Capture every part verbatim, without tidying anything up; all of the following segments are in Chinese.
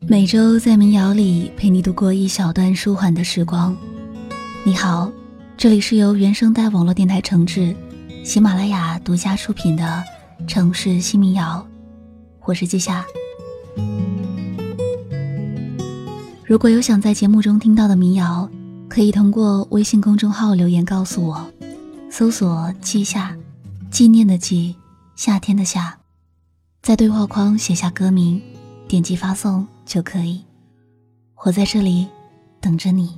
每周在民谣里陪你度过一小段舒缓的时光。你好，这里是由原声带网络电台承制，喜马拉雅独家出品的城市新民谣，我是季夏。如果有想在节目中听到的民谣，可以通过微信公众号留言告诉我，搜索季夏，纪念的季，夏天的夏，在对话框写下歌名，点击发送就可以。我在这里等着你。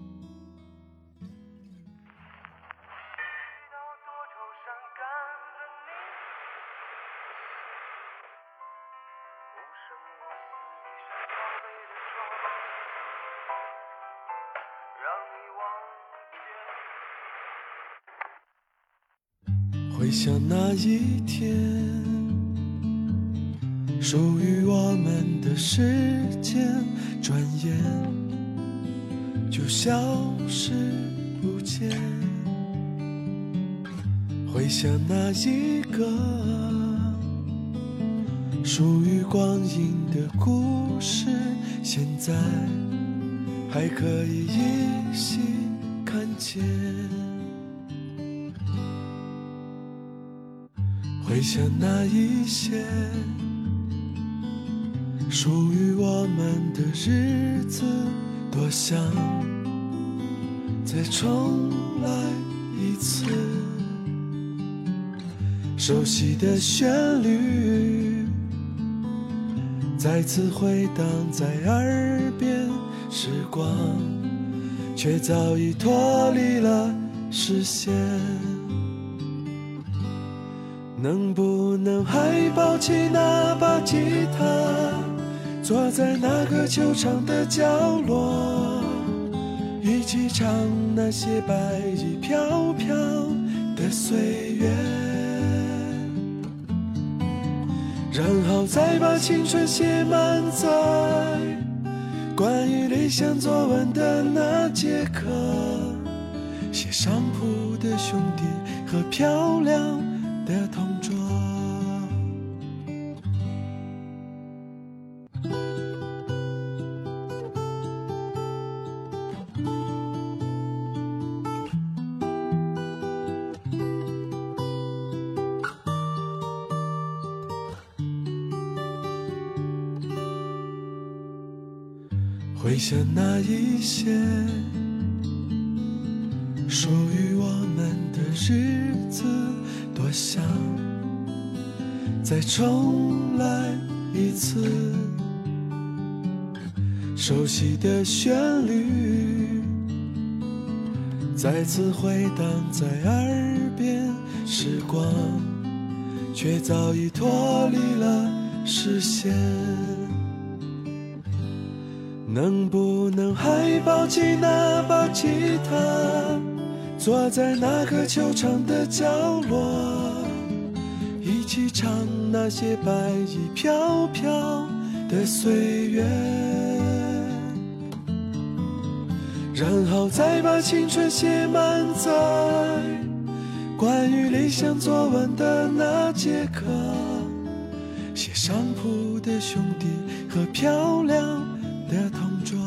回想那一天，属于我们的时间转眼就消失不见。回想那一个属于光阴的故事，现在还可以依稀看见。回想那一些属于我们的日子，多想再重来一次。熟悉的旋律再次回荡在耳边，时光却早已脱离了视线。能不能还抱起那把吉他，坐在那个球场的角落，一起唱那些白衣飘飘的岁月，然后再把青春写满在关于理想作文的那节课，写上铺的兄弟和漂亮的同桌。回想那一些属于我们的日子，多想再重来一次。熟悉的旋律再次回荡在耳边，时光却早已脱离了视线。能不能还抱起那把吉他，坐在那个球场的角落，一起唱那些白衣飘飘的岁月，然后再把青春写满在关于理想作文的那节课，写上铺的兄弟和漂亮的同桌，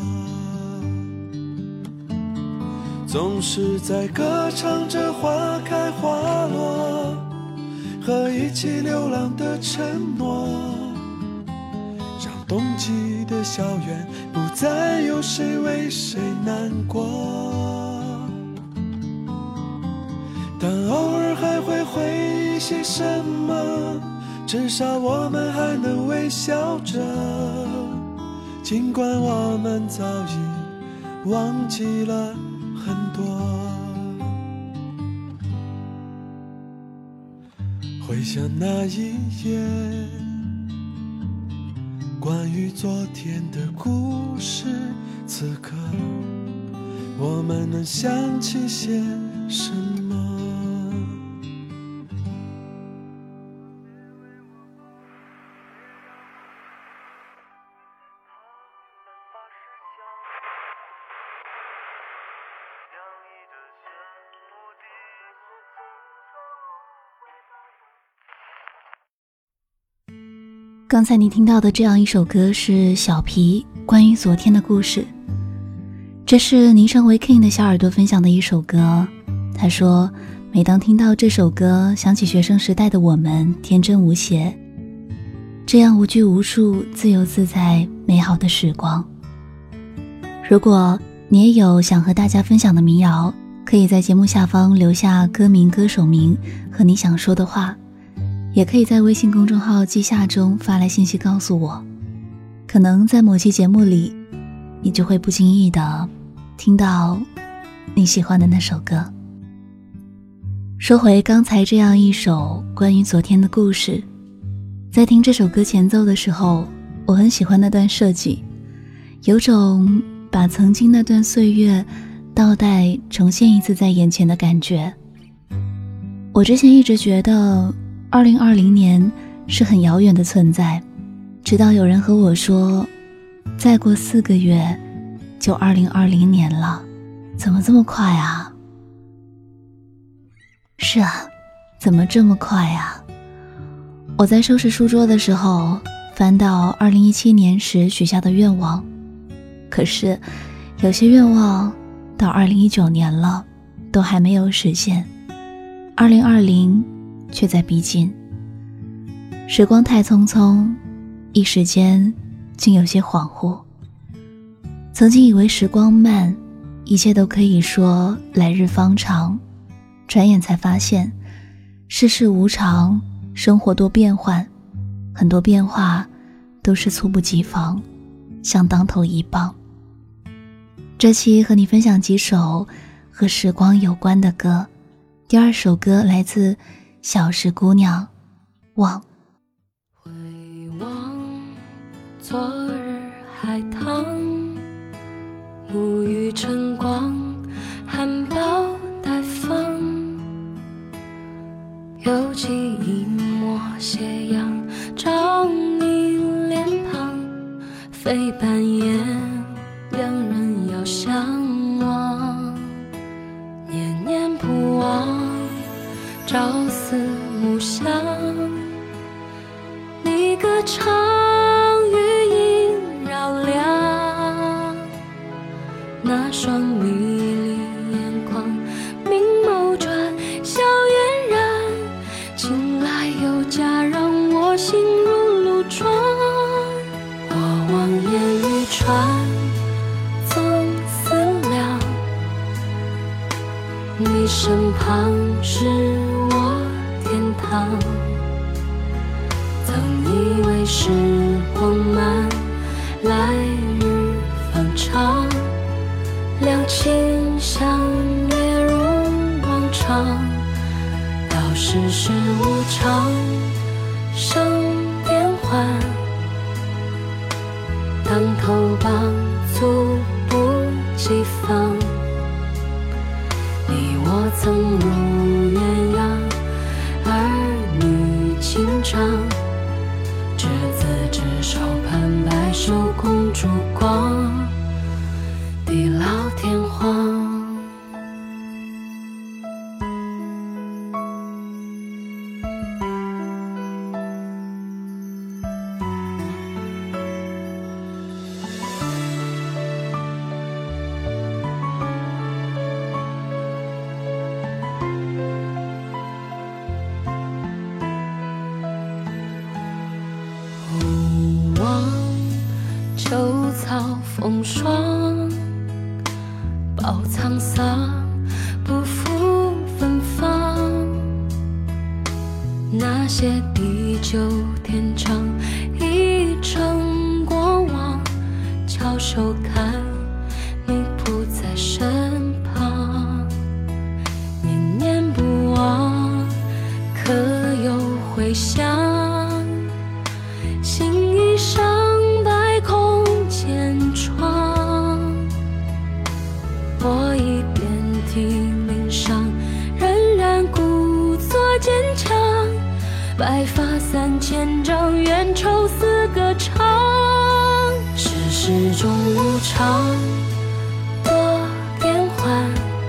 总是在歌唱着花开花落和一起流浪的承诺，让冬季的校园不再有谁为谁难过，但偶尔还会回忆些什么，至少我们还能微笑着，尽管我们早已忘记了很多。回想那一夜关于昨天的故事，此刻我们能想起些什么？ 刚才你听到的这样一首歌是小皮关于昨天的故事，这是昵称为 King 的小耳朵分享的一首歌。他说每当听到这首歌，想起学生时代的我们天真无邪，这样无拘无束、自由自在美好的时光。如果你也有想和大家分享的民谣，可以在节目下方留下歌名、歌手名和你想说的话，也可以在微信公众号记下中发来信息告诉我，可能在某期节目里你就会不经意地听到你喜欢的那首歌。说回刚才这样一首关于昨天的故事，在听这首歌前奏的时候，我很喜欢那段设计，有种把曾经那段岁月倒带重现一次在眼前的感觉。我之前一直觉得二零二零年是很遥远的存在，直到有人和我说再过四个月就二零二零年了，怎么这么快啊？是啊，怎么这么快啊？我在收拾书桌的时候翻到二零一七年时许下的愿望，可是有些愿望到二零一九年了都还没有实现，二零二零却在逼近。时光太匆匆，一时间竟有些恍惚。曾经以为时光慢，一切都可以说来日方长，转眼才发现世事无常，生活多变幻，很多变化都是猝不及防，像当头一棒。这期和你分享几首和时光有关的歌。第二首歌来自小石姑娘，望。 回望昨日海棠，沐浴晨光，含苞待放，犹记一抹斜阳照你脸庞，非半夜两人遥相望，念念不忘，朝思暮想，你歌唱余音绕梁，那双迷离眼眶，明眸转笑嫣然，近来有假让我心如露窗，我望眼欲穿你身旁是我天堂，曾以为时光慢，来日方长，两情相悦如往常，到世事无常，生变幻，当头棒猝不及防，你我曾如鸳鸯，儿女情长，执子之手，盼白首共烛光，地老天荒。秋草风霜，抱沧桑，不负芬芳。那些地久天长，已成过往。翘首看，你不在身旁，念念不忘，可有回响？心已伤。我已遍体鳞伤，仍然故作坚强。白发三千丈，愿抽丝歌唱。世事终无常，多变幻。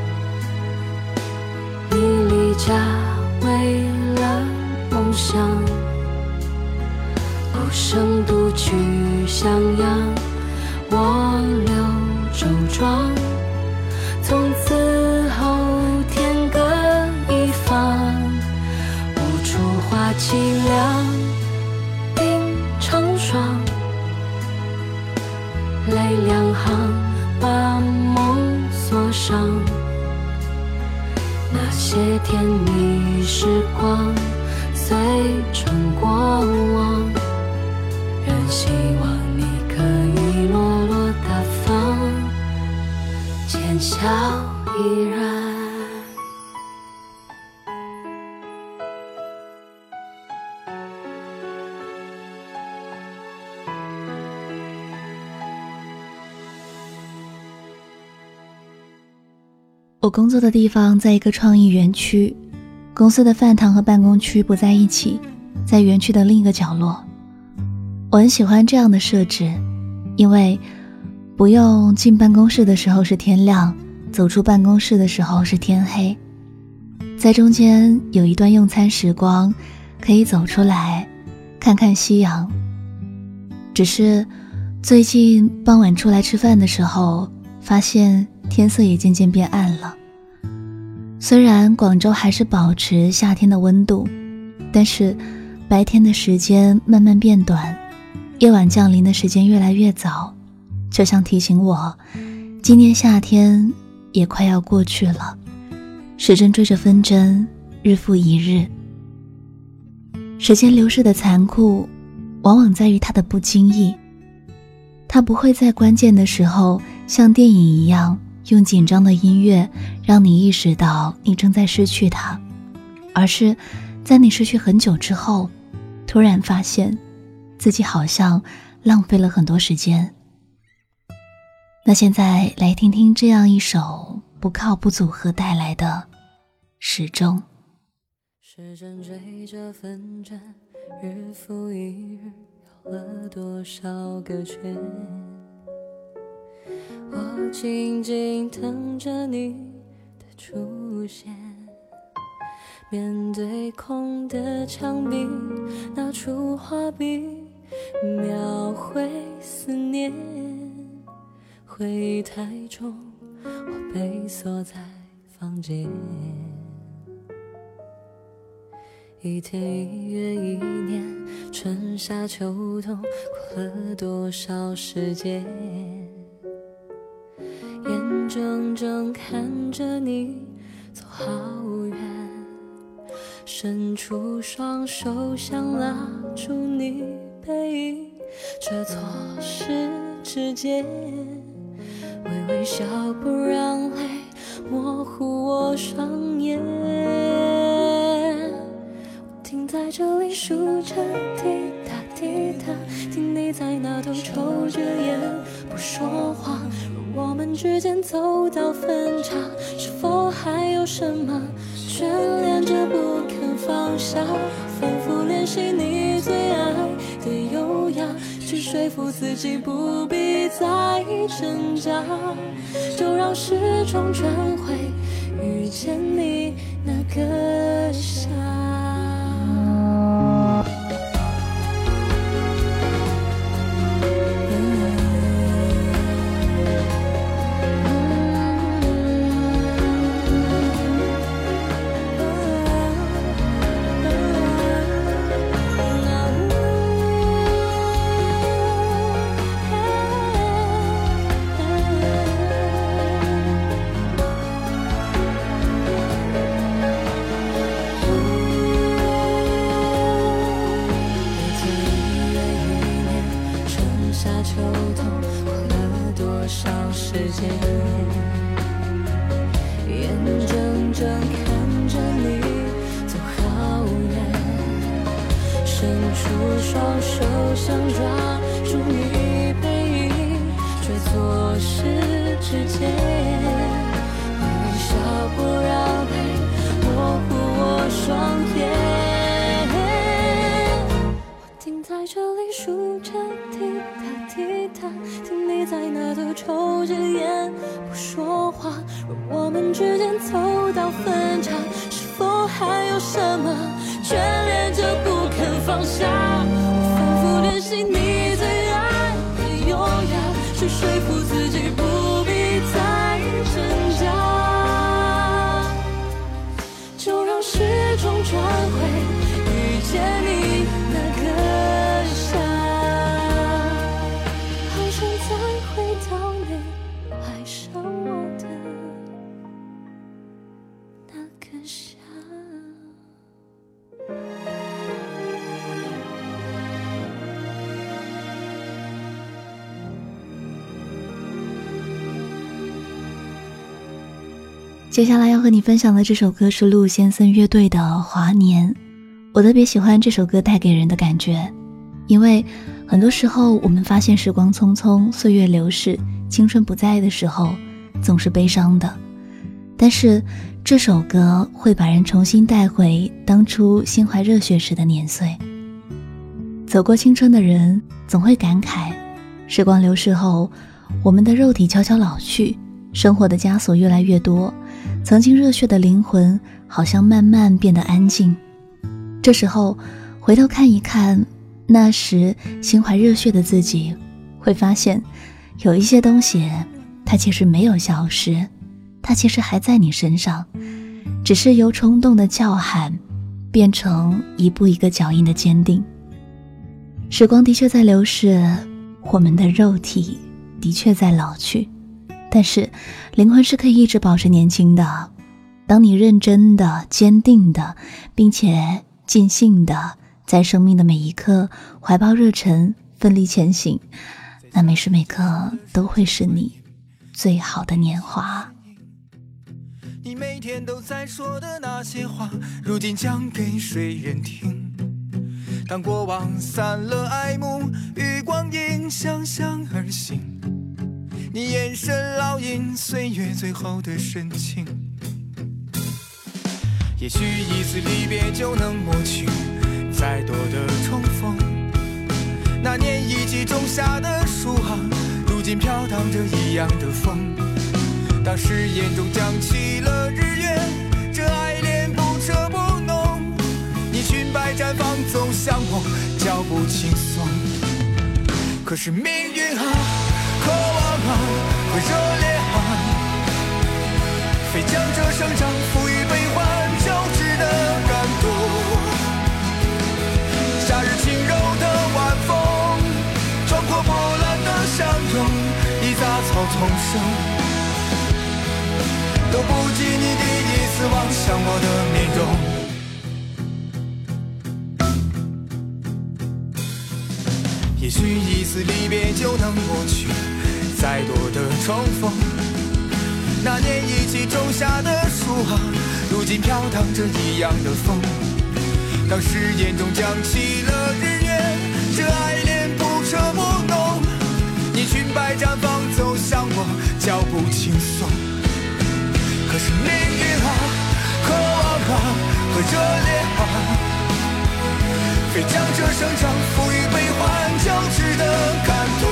你离家为了梦想，不舍襄阳，我留周庄。从此后天各一方，无处话凄凉，鬓成霜。泪两行，把梦锁上。那些甜蜜时光随成过往，仍希望你可以落落大方，浅笑依然。 我工作的地方在一个创意园区，公司的饭堂和办公区不在一起，在园区的另一个角落。我很喜欢这样的设置，因为不用进办公室的时候是天亮，走出办公室的时候是天黑，在中间有一段用餐时光，可以走出来看看夕阳。只是最近傍晚出来吃饭的时候，发现天色也渐渐变暗了。虽然广州还是保持夏天的温度，但是白天的时间慢慢变短，夜晚降临的时间越来越早，就像提醒我，今年夏天也快要过去了。时针追着分针，日复一日。时间流逝的残酷，往往在于它的不经意。它不会在关键的时候像电影一样用紧张的音乐让你意识到你正在失去它，而是在你失去很久之后，突然发现自己好像浪费了很多时间。那现在来听听这样一首不靠谱组合带来的时钟。 时针追着分针，日复一日，绕了多少个圈，我静静等着你的出现。面对空的墙壁，拿出画笔，描绘思念。回忆太重，我被锁在房间。一天一月一年，春夏秋冬，过了多少时间？眼睁睁看着你走好远，伸出双手想拉住你背影，却错失指尖。微微笑不让泪模糊我双眼，停在这里数着滴答滴答，听你在那头抽着烟不说话。若我们之间走到分岔，是否还有什么眷恋着不肯放下？反复练习你最爱的优雅，去说服自己不必再挣扎，就让时钟转回遇见你那个夏。秋冬过了多少时间，眼睁睁看着你走好远，伸出双手想抓住你背影，却错失指尖。微微笑不让泪模糊我双眼，我停在这里数着滴答滴答，听你在那头抽着烟不说话。若我们之间走到分岔，是否还有什么眷恋着不肯放下？我反复练习你最爱的是说服自己不必再挣扎，就让时钟转回遇见你那个夏，好想再回到你爱上我的那个夏。 接下来要和你分享的这首歌是陆先森乐队的《华年》。我特别喜欢这首歌带给人的感觉，因为很多时候我们发现时光匆匆，岁月流逝，青春不在的时候总是悲伤的，但是这首歌会把人重新带回当初心怀热血时的年岁。走过青春的人总会感慨，时光流逝后，我们的肉体悄悄老去，生活的枷锁越来越多，曾经热血的灵魂好像慢慢变得安静。这时候回头看一看那时心怀热血的自己，会发现有一些东西它其实没有消失，它其实还在你身上，只是由冲动的叫喊变成一步一个脚印的坚定。时光的确在流逝，我们的肉体的确在老去，但是灵魂是可以一直保持年轻的。当你认真的、坚定的，并且尽兴的在生命的每一刻怀抱热忱，奋力前行，那每时每刻都会是你最好的年华。 你每天都在说的那些话，如今讲给谁人听？当过往散了爱慕，与光阴相向而行，你眼神烙印岁月最后的深情。也许一次离别就能抹去再多的重逢，那年一起种下的树啊，如今飘荡着一样的风。当誓言中降起了日月，这爱恋不彻不浓，你裙摆绽放总像我脚步轻松。可是命运啊，渴望啊，和热烈啊，非将这生长赋予悲欢交织的感动。夏日轻柔的晚风，穿过波澜的相拥，一杂草丛生，都不及你第一次望向我的面容。也许一次离别就能抹去再多的重逢，那年一起种下的树啊，如今飘荡着一样的风。当誓言中降起了日月，这爱恋不彻不浓，你裙摆绽放走向我脚步轻松。可是命运啊，渴望啊，和热烈啊，非将这生长赋予悲欢交织的感动。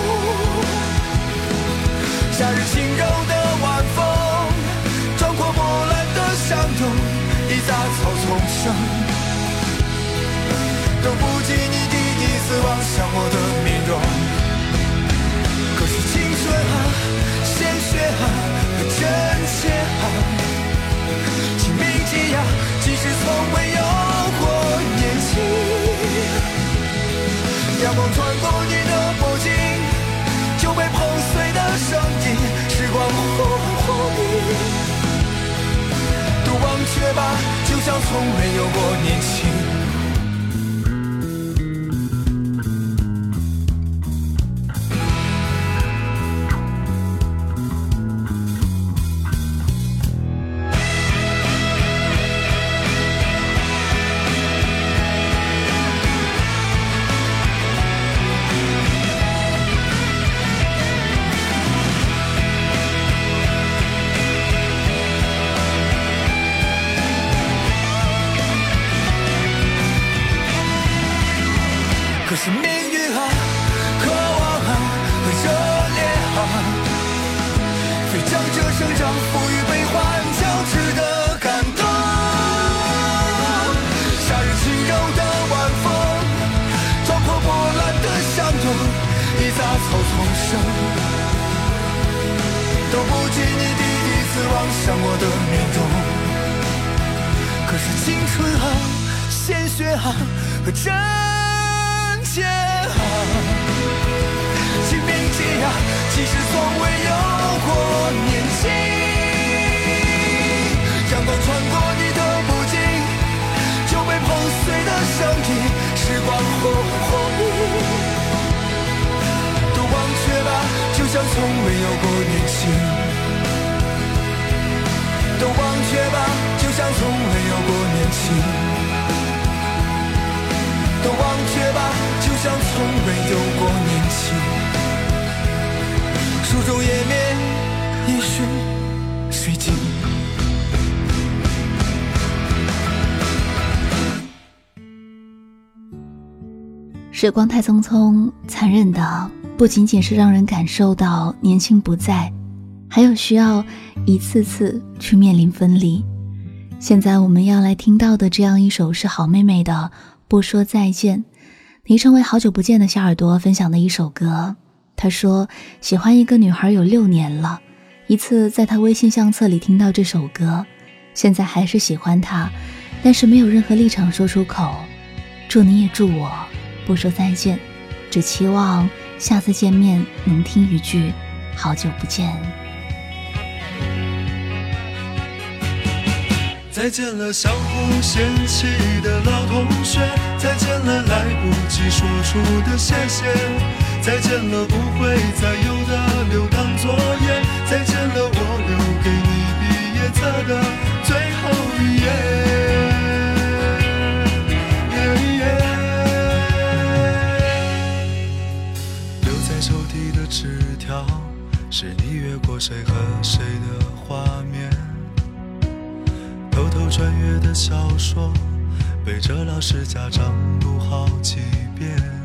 夏日轻柔的晚风，穿过波澜的相拥，一杂草丛生，都不及你第一次望向我的面容。可是青春啊，鲜血啊，和真切啊，请铭记呀，即使从未有过年轻。阳光穿过你的脖颈，就被碰碎的声音，时光忽忽地都忘却吧，就像从没有过年轻。可是命运啊，渴望啊，和热烈啊，非将这生长赋予悲欢交织的感动。夏日轻柔的晚风，穿破波澜的相拥，一杂草丛生， 不及你第一次望向我的面容。可是青春啊，鲜血啊，和真切啊，请铭记啊，其实从未有过年轻。阳光穿过你的不经，就被碰碎的声音，时光后后都忘却吧，就像从未有过年轻。都忘却吧，就像从未有过年轻。都忘却吧，就像从未有过年轻。书中页面已是水晶。 时光太匆匆，残忍的不仅仅是让人感受到年轻不在，还有需要一次次去面临分离。现在我们要来听到的这样一首是好妹妹的不说再见，昵称为好久不见的小耳朵分享的一首歌。她说喜欢一个女孩有六年了，一次在她微信相册里听到这首歌，现在还是喜欢她，但是没有任何立场说出口。祝你也祝我不说再见，只期望下次见面能听一句好久不见。 再见了相互嫌弃的老同学，再见了来不及说出的谢谢，再见了不会再有的留堂作业，再见了我留给你毕业册的最后一页。留在抽屉的纸条，是你越过谁和谁的画面，偷偷穿越的小说，背着老师家长读好几遍。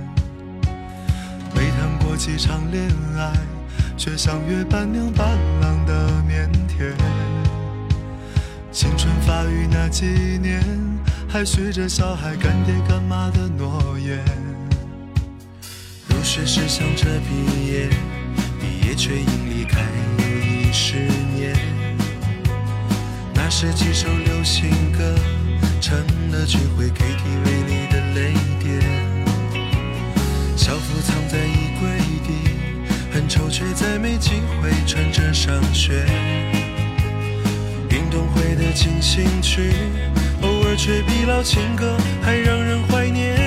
没谈过几场恋爱，却像约伴娘伴郎的腼腆。青春发育那几年，还许着小孩干爹干妈的诺言。入学时想着毕业，毕业却因离开又已十年。那时几首流行歌成了聚会 K T V 里的泪点，校服藏在衣柜底，很丑却再没机会穿着上学。运动会的进行曲，偶尔却比老情歌还让人怀念。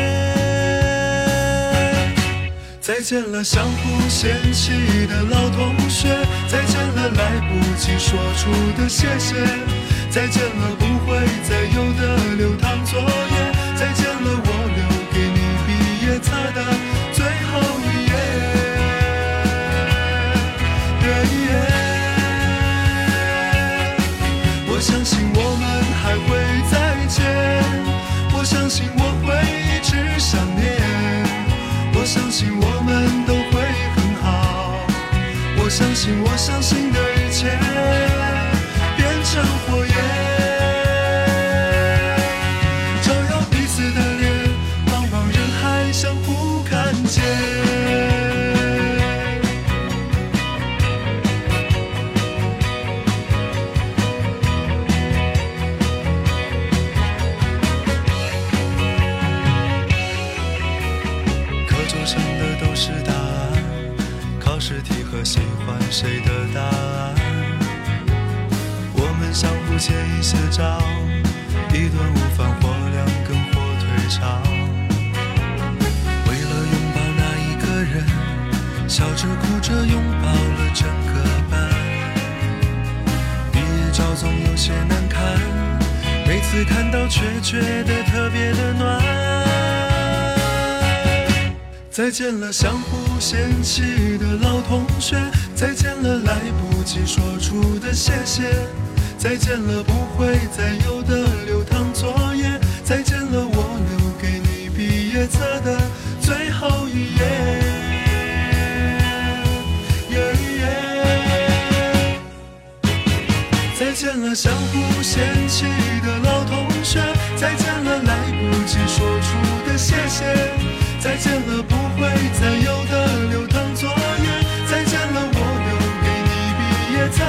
再见了相互嫌弃的老同学，再见了来不及说出的谢谢，再见了不会再有的留堂作业，再见了我留给你毕业册的最后一页。我相信我们还会再见，我相信我会一直想念，我相信我们都会很好，我相信我相信的一切变成火焰，照耀彼此的脸，茫茫人海相互看见。喜欢谁的答案，我们相互借一些招，一顿午饭或两根火腿肠，为了拥抱那一个人，笑着哭着拥抱了整个班。毕业照总有些难看，每次看到却觉得特别的暖。再见了相互嫌弃的老同学，再见了来不及说出的谢谢，再见了不会再有的留堂作业，再见了我留给你毕业册的最后一页。再见了相互嫌弃的老同学，再见了来不及说出的谢谢，再见了不会再有的留堂作业，再见了我留给你毕业册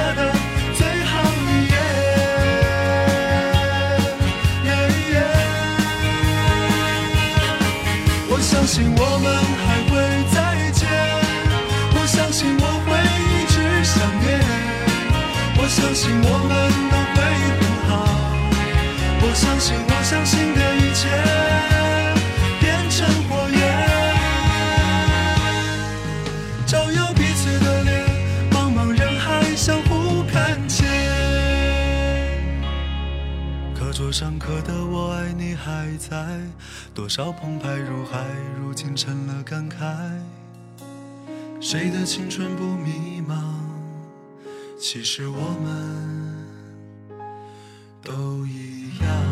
手上刻的我爱你还在，多少澎湃如海，如今成了感慨。谁的青春不迷茫？其实我们都一样。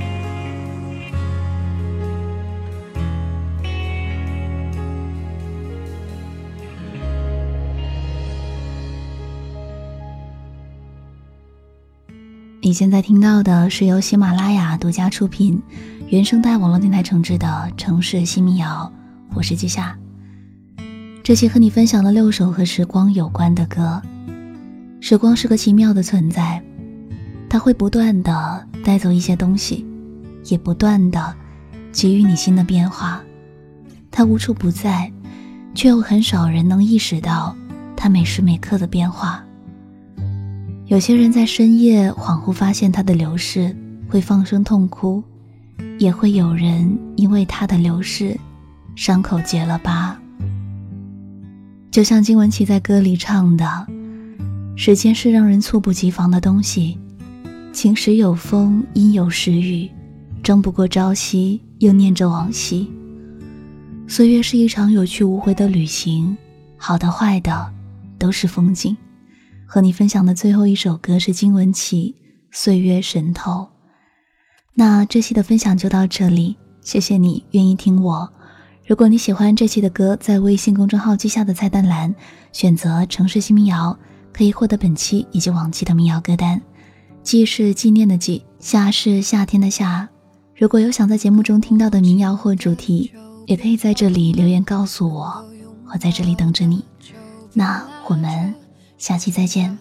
你现在听到的是由喜马拉雅独家出品，原生态网络电台承制的城市新民谣，我是季夏。这期和你分享了六首和时光有关的歌。时光是个奇妙的存在，它会不断地带走一些东西，也不断地给予你新的变化。它无处不在，却又很少人能意识到它每时每刻的变化。有些人在深夜恍惚发现它的流逝，会放声痛哭，也会有人因为它的流逝伤口结了疤。就像金玟岐在歌里唱的，时间是让人猝不及防的东西，晴时有风，阴有时雨，争不过朝夕，又念着往昔。岁月是一场有去无回的旅行，好的坏的都是风景。和你分享的最后一首歌是金玟岐《岁月神偷》。那这期的分享就到这里，谢谢你愿意听我。如果你喜欢这期的歌，在微信公众号记下的菜单栏选择城市新民谣，可以获得本期以及往期的民谣歌单。记是纪念的记，夏是夏天的夏。如果有想在节目中听到的民谣或主题，也可以在这里留言告诉我，我在这里等着你。那我们下期再见。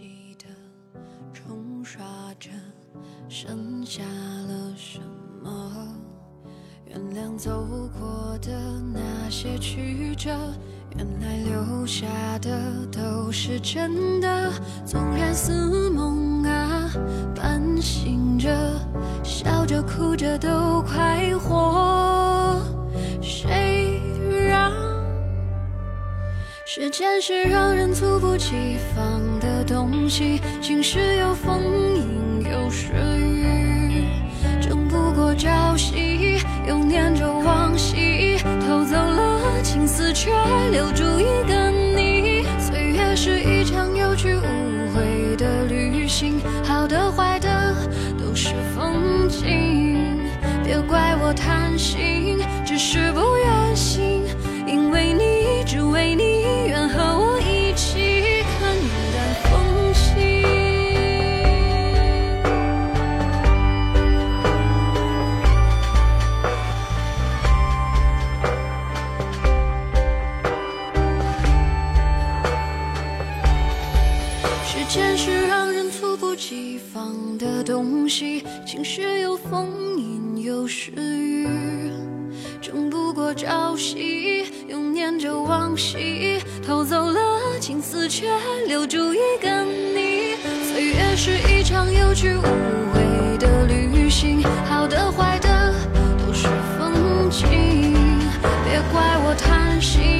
冲刷着剩下了什么，原谅走过的那些曲折，原来留下的都是真的。纵然似梦啊，半醒着笑着哭着都快活。谁让时间是让人猝不及防的东西，晴时有风，阴有时雨，争不过朝夕，又念着往昔，偷走了青丝，却留住一个你。岁月是一场有去无回的旅行，好的坏的都是风景。别怪我贪心，只是不愿醒，因为你，只为你，愿和我一起看云淡风轻。时间是让人猝不及防的东西，晴时有风，阴有时雨，争不过朝夕，又念着往昔，偷走了青丝，却留住一个你。岁月是一场有去无回的旅行，好的坏的都是风景。别怪我贪心，